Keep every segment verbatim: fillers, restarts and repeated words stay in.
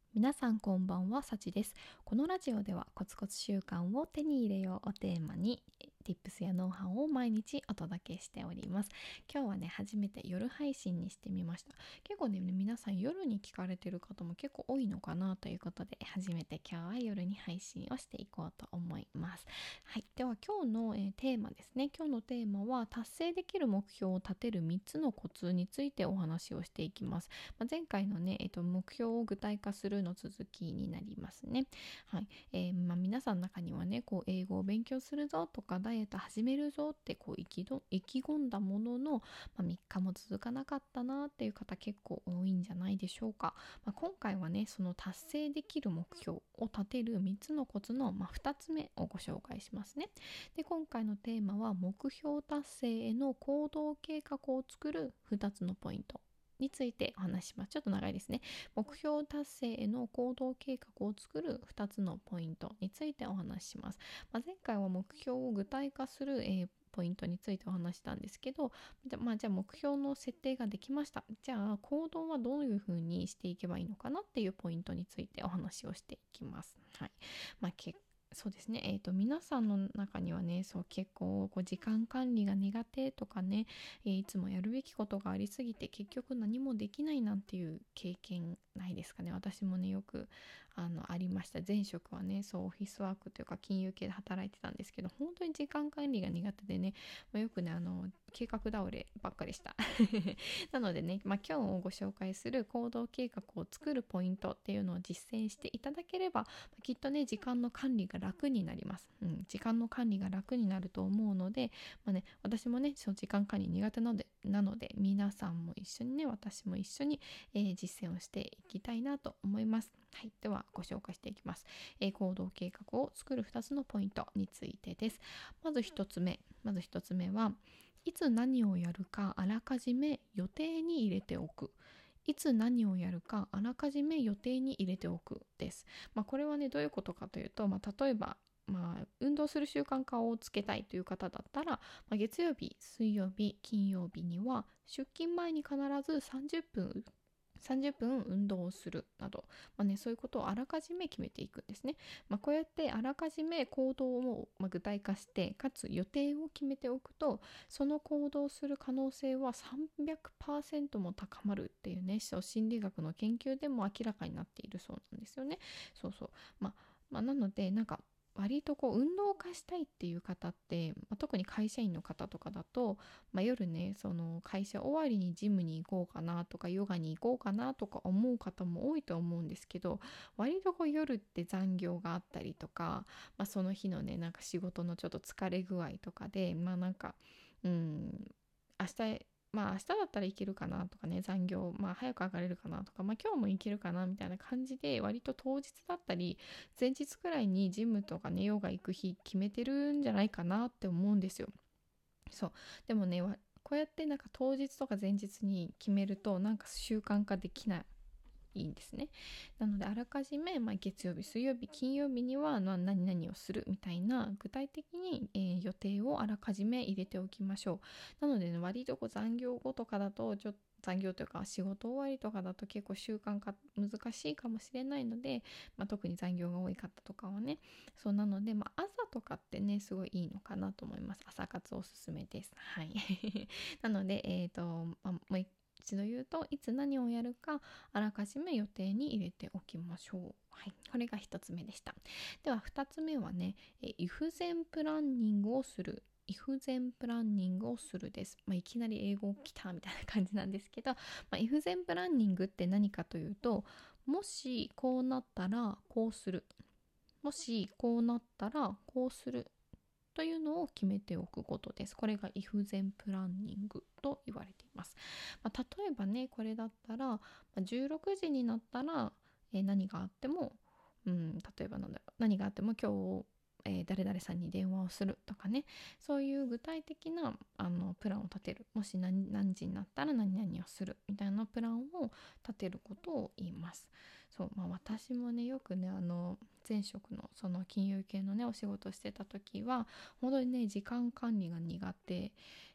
皆さんこんばんは、さちです。このラジオではコツコツ習慣を手に入れようをテーマに Tips やノウハウを毎日お届けしております。今日はね、初めて夜配信にしてみました。結構ね、皆さん夜に聞かれてる方も結構多いのかなということで、初めて今日は夜に配信をしていこうと思います。はい、では今日の、えーテーマですね。今日のテーマは達成できる目標を立てるみっつのコツについてお話をしていきます。まあ、前回のね、えっと、目標を具体化するの続きになりますね。はい。えーまあ、皆さんの中にはね、こう、英語を勉強するぞとか、ダイエット始めるぞってこう意気ど意気込んだものの、まあ、みっかも続かなかったなっていう方結構多いんじゃないでしょうか。まあ、今回はね、その達成できる目標を立てるみっつのコツの、まあ、ふたつめをご紹介しますね。で、今回のテーマは目標達成への行動計画を作るふたつのポイントについてお話します。ちょっと長いですね。目標達成への行動計画を作るふたつのポイントについてお話しします。まあ、前回は目標を具体化する、えーポイントについてお話したんですけど、じゃ,、まあ、じゃあ目標の設定ができました。じゃあ行動はどういうふうにしていけばいいのかなっていうポイントについてお話をしていきます。はい。まあ、結そうですね。えっと、皆さんの中にはね、そう結構こう時間管理が苦手とかね、えーいつもやるべきことがありすぎて結局何もできないなんていう経験ないですかね。私もね、よくあのありました。前職はね、そうオフィスワークというか金融系で働いてたんですけど、本当に時間管理が苦手でね、まあ、よくね、あの計画倒ればっかりした。なのでね、まあ、今日ご紹介する行動計画を作るポイントっていうのを実践していただければ、きっとね、時間の管理が楽になります。うん、時間の管理が楽になると思うので、まあね、私もね、その時間管理苦手なので、なので皆さんも一緒にね、私も一緒に、えー実践をしていきたいなと思います。はい、ではご紹介していきます。えー行動計画を作るふたつのポイントについてです。まずひとつめ、まずひとつめは、いつ何をやるかあらかじめ予定に入れておく。いつ何をやるかあらかじめ予定に入れておくです。まあ、これはね、どういうことかというと、まあ、例えば、まあ、運動する習慣化をつけたいという方だったら、まあ、月曜日、水曜日、金曜日には出勤前に必ずさんじゅっぷんさんじゅっぷん運動をするなど、まあね、そういうことをあらかじめ決めていくんですね。まあ、こうやってあらかじめ行動をまあ具体化してかつ予定を決めておくと、その行動する可能性はさんびゃくパーセントも高まるっていうね、そう心理学の研究でも明らかになっているそうなんですよね。そうそう。まあ、まあ、なのでなんか割とこう運動化したいっていう方って、まあ、特に会社員の方とかだと、まあ、夜ね、その会社終わりにジムに行こうかなとかヨガに行こうかなとか思う方も多いと思うんですけど、割とこう夜って残業があったりとか、まあ、その日のね、なんか仕事のちょっと疲れ具合とかで、まあなんかうん明日まあ明日だったらいけるかなとかね、残業まあ早く上がれるかなとか、まあ今日もいけるかなみたいな感じで、割と当日だったり前日くらいにジムとかね、ヨガ行く日決めてるんじゃないかなって思うんですよ。そう。でもね、こうやってなんか当日とか前日に決めるとなんか習慣化できないいいんですね。なのであらかじめ、まあ、月曜日水曜日金曜日には何々をするみたいな具体的に、えー予定をあらかじめ入れておきましょう。なので、ね、割とこう残業後とかだとちょっと残業というか仕事終わりとかだと結構習慣化難しいかもしれないので、まあ、特に残業が多い方とかはね、そうなので、まあ、朝とかってねすごいいいのかなと思います。朝活おすすめです。はいなので、えーとまあ、もう一度言うと、いつ何をやるかあらかじめ予定に入れておきましょう。はい、これが一つ目でした。では二つ目はね、イフゼンプランニングをする。イフゼンプランニングをするです。まあ、いきなり英語来たみたいな感じなんですけど、まあ、イフゼンプランニングって何かというと、もしこうなったらこうする。もしこうなったらこうする。というのを決めておくことです。これが if then プランニングと言われています。まあ、例えばね、これだったら、まあ、じゅうろくじになったら、えー何があっても、うん、例えばなんだろう、何があっても今日、えー誰々さんに電話をするとかね、そういう具体的なあのプランを立てる。もし何、何時になったら何々をするみたいなプランを立てることを言います。そう、まあ私もね、よくね、あの、前職のその金融系のね、お仕事してた時は、本当にね、時間管理が苦手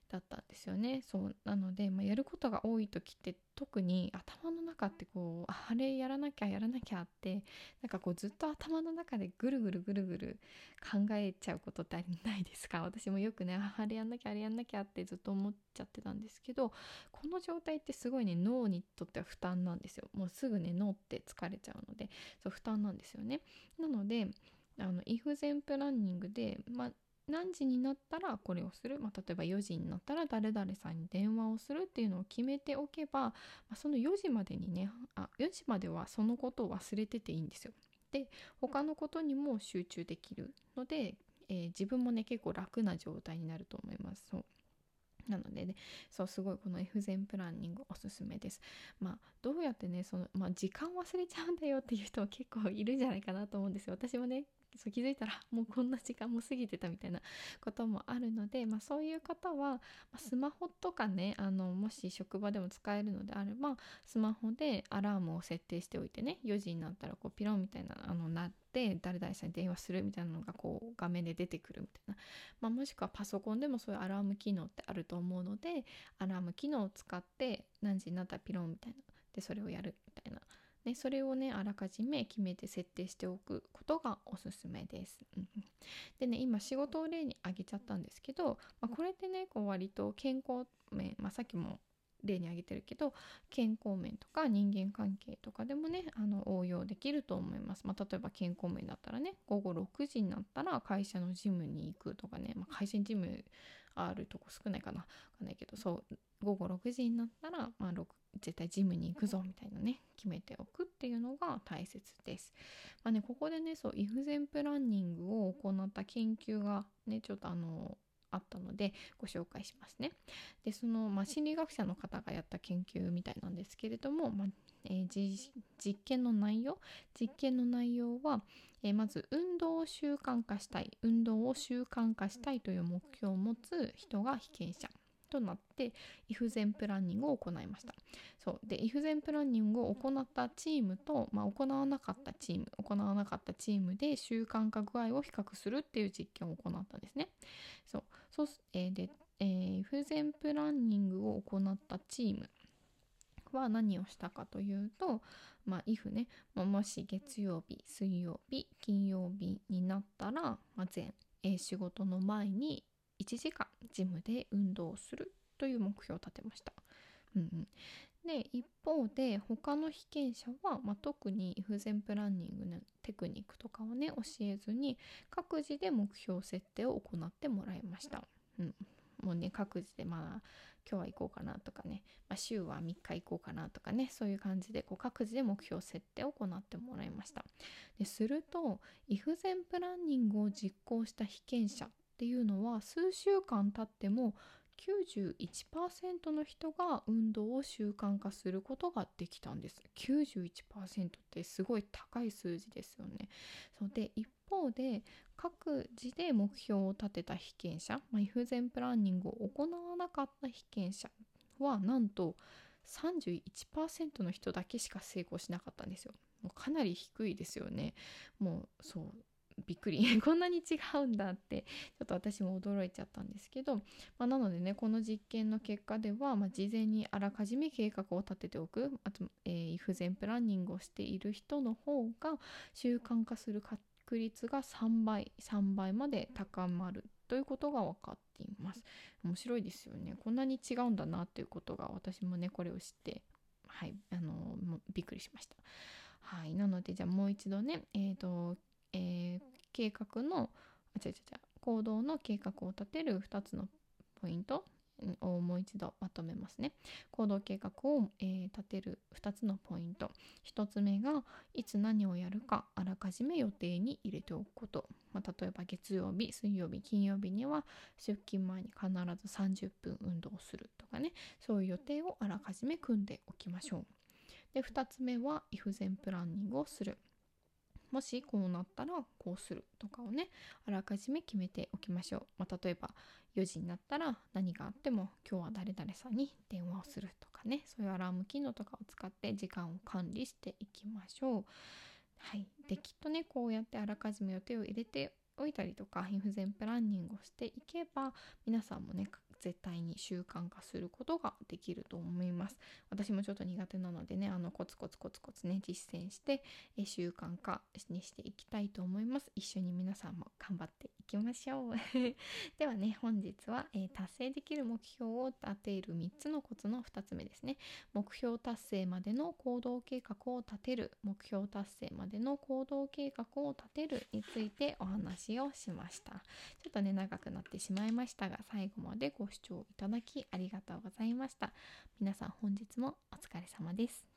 だったんですよね。そうなので、まあ、やることが多い時って特に頭の中ってこうああれやらなきゃやらなきゃってなんかこうずっと頭の中でぐるぐるぐるぐる考えちゃうことってないですか？私もよくね、ああれやんなきゃあれやんなきゃってずっと思っちゃってたんですけど、この状態ってすごいね、脳にとっては負担なんですよ。もうすぐね、脳って疲れちゃうので、そう負担なんですよね。なのであのイフゼンプランニングで、まあ、何時になったらこれをする、まあ、例えばよじになったら誰々さんに電話をするっていうのを決めておけば、まあ、そのよじまでにねあよじまではそのことを忘れてていいんですよ。で他のことにも集中できるので、えー自分もね結構楽な状態になると思います。そうなのでね、そうすごいこの F ゼンプランニングおすすめです。まあどうやってねその、まあ、時間忘れちゃうんだよっていう人は結構いるんじゃないかなと思うんですよ。私もねそう気づいたらもうこんな時間も過ぎてたみたいなこともあるので、まあ、そういう方は、まあ、スマホとかねあのもし職場でも使えるのであればスマホでアラームを設定しておいてね、よじになったらこうピロンみたいなあの鳴って誰々さんに電話するみたいなのがこう画面で出てくるみたいな、まあ、もしくはパソコンでもそういうアラーム機能ってあると思うので、アラーム機能を使って何時になったらピロンみたいなでそれをやるみたいな、ね、それをねあらかじめ決めて設定しておくことがおすすめです。うん、でね今仕事を例に挙げちゃったんですけど、まあ、これってねこう割と健康面、まあ、さっきも例に挙げてるけど健康面とか人間関係とかでもねあの応用できると思います。まあ、例えば健康面だったらね午後ろくじになったら会社のジムに行くとかね、まあ、会社にジムあるとこ少ないかなわかんないけど、そう午後ろくじになったら、まあ、絶対ジムに行くぞみたいなね決めておくっていうのが大切です。まあね、ここでねそうイフゼンプランニングを行った研究がねちょっとあのあったのでご紹介しますね。でその、まあ、心理学者の方がやった研究みたいなんですけれども、まあえー、実験の内容実験の内容は、えー、まず運動を習慣化したい運動を習慣化したいという目標を持つ人が被験者となってイフゼンプランニングを行いました。そうでイフゼンプランニングを行ったチームと、まあ、行わなかったチーム行わなかったチームで習慣化具合を比較するっていう実験を行ったんですね。そうそう、えー、で、えー、イフゼンプランニングを行ったチームは何をしたかというと、まあ、if ね、まあ、もし月曜日、水曜日、金曜日になったら、まあ、全、えー仕事の前にいちじかんジムで運動するという目標を立てました。うんうん、で一方で他の被験者は、まあ、特に if ゼンプランニングのテクニックとかをね教えずに各自で目標設定を行ってもらいました。うん、もうね各自でまあ今日は行こうかなとかね、まあ、週はみっか行こうかなとかねそういう感じでこう各自で目標設定を行ってもらいました。ですると if ゼンプランニングを実行した被験者っていうのは数週間経ってもきゅうじゅういちパーセントの人が運動を習慣化することができたんです。きゅうじゅういちパーセントってすごい高い数字ですよね。そうで一方で各自で目標を立てた被験者、まあ、イフゼンプランニングを行わなかった被験者はなんとさんじゅういちパーセントの人だけしか成功しなかったんですよ。もうかなり低いですよね。もうそうびっくりこんなに違うんだってちょっと私も驚いちゃったんですけど、まあ、なのでねこの実験の結果では、まあ、事前にあらかじめ計画を立てておくあと、えー、イフゼンプランニングをしている人の方が習慣化する確率がさんばいさんばいまで高まるということが分かっています。面白いですよね。こんなに違うんだなということが私もねこれを知ってはいあのー、びっくりしました。はい、なのでじゃあもう一度ねえっ、ー、とえー、計画のあ違う違う違う行動の計画を立てるふたつのポイントをもう一度まとめますね。行動計画を、えー立てるふたつのポイント。ひとつめがいつ何をやるかあらかじめ予定に入れておくこと。まあ、例えば月曜日、水曜日、金曜日には出勤前に必ずさんじゅっぷん運動するとかね、そういう予定をあらかじめ組んでおきましょう。でふたつめはイフゼンプランニングをする。もしこうなったらこうするとかをねあらかじめ決めておきましょう。まあ、例えばよじになったら何があっても今日は誰々さんに電話をするとかね、そういうアラーム機能とかを使って時間を管理していきましょう。はい、できっとねこうやってあらかじめ予定を入れておいたりとか、心不全プランニングをしていけば、皆さんもね絶対に習慣化することができると思います。私もちょっと苦手なのでね、あのコツコツコツコツね実践してえ習慣化にしていきたいと思います。一緒に皆さんも頑張っていきましょうではね、本日は、えー達成できる目標を立てるみっつのコツのふたつめですね。目標達成までの行動計画を立てる、目標達成までの行動計画を立てるについてお話をしました。ちょっとね長くなってしまいましたが、最後までご視聴いただきありがとうございました。皆さん本日もお疲れ様です。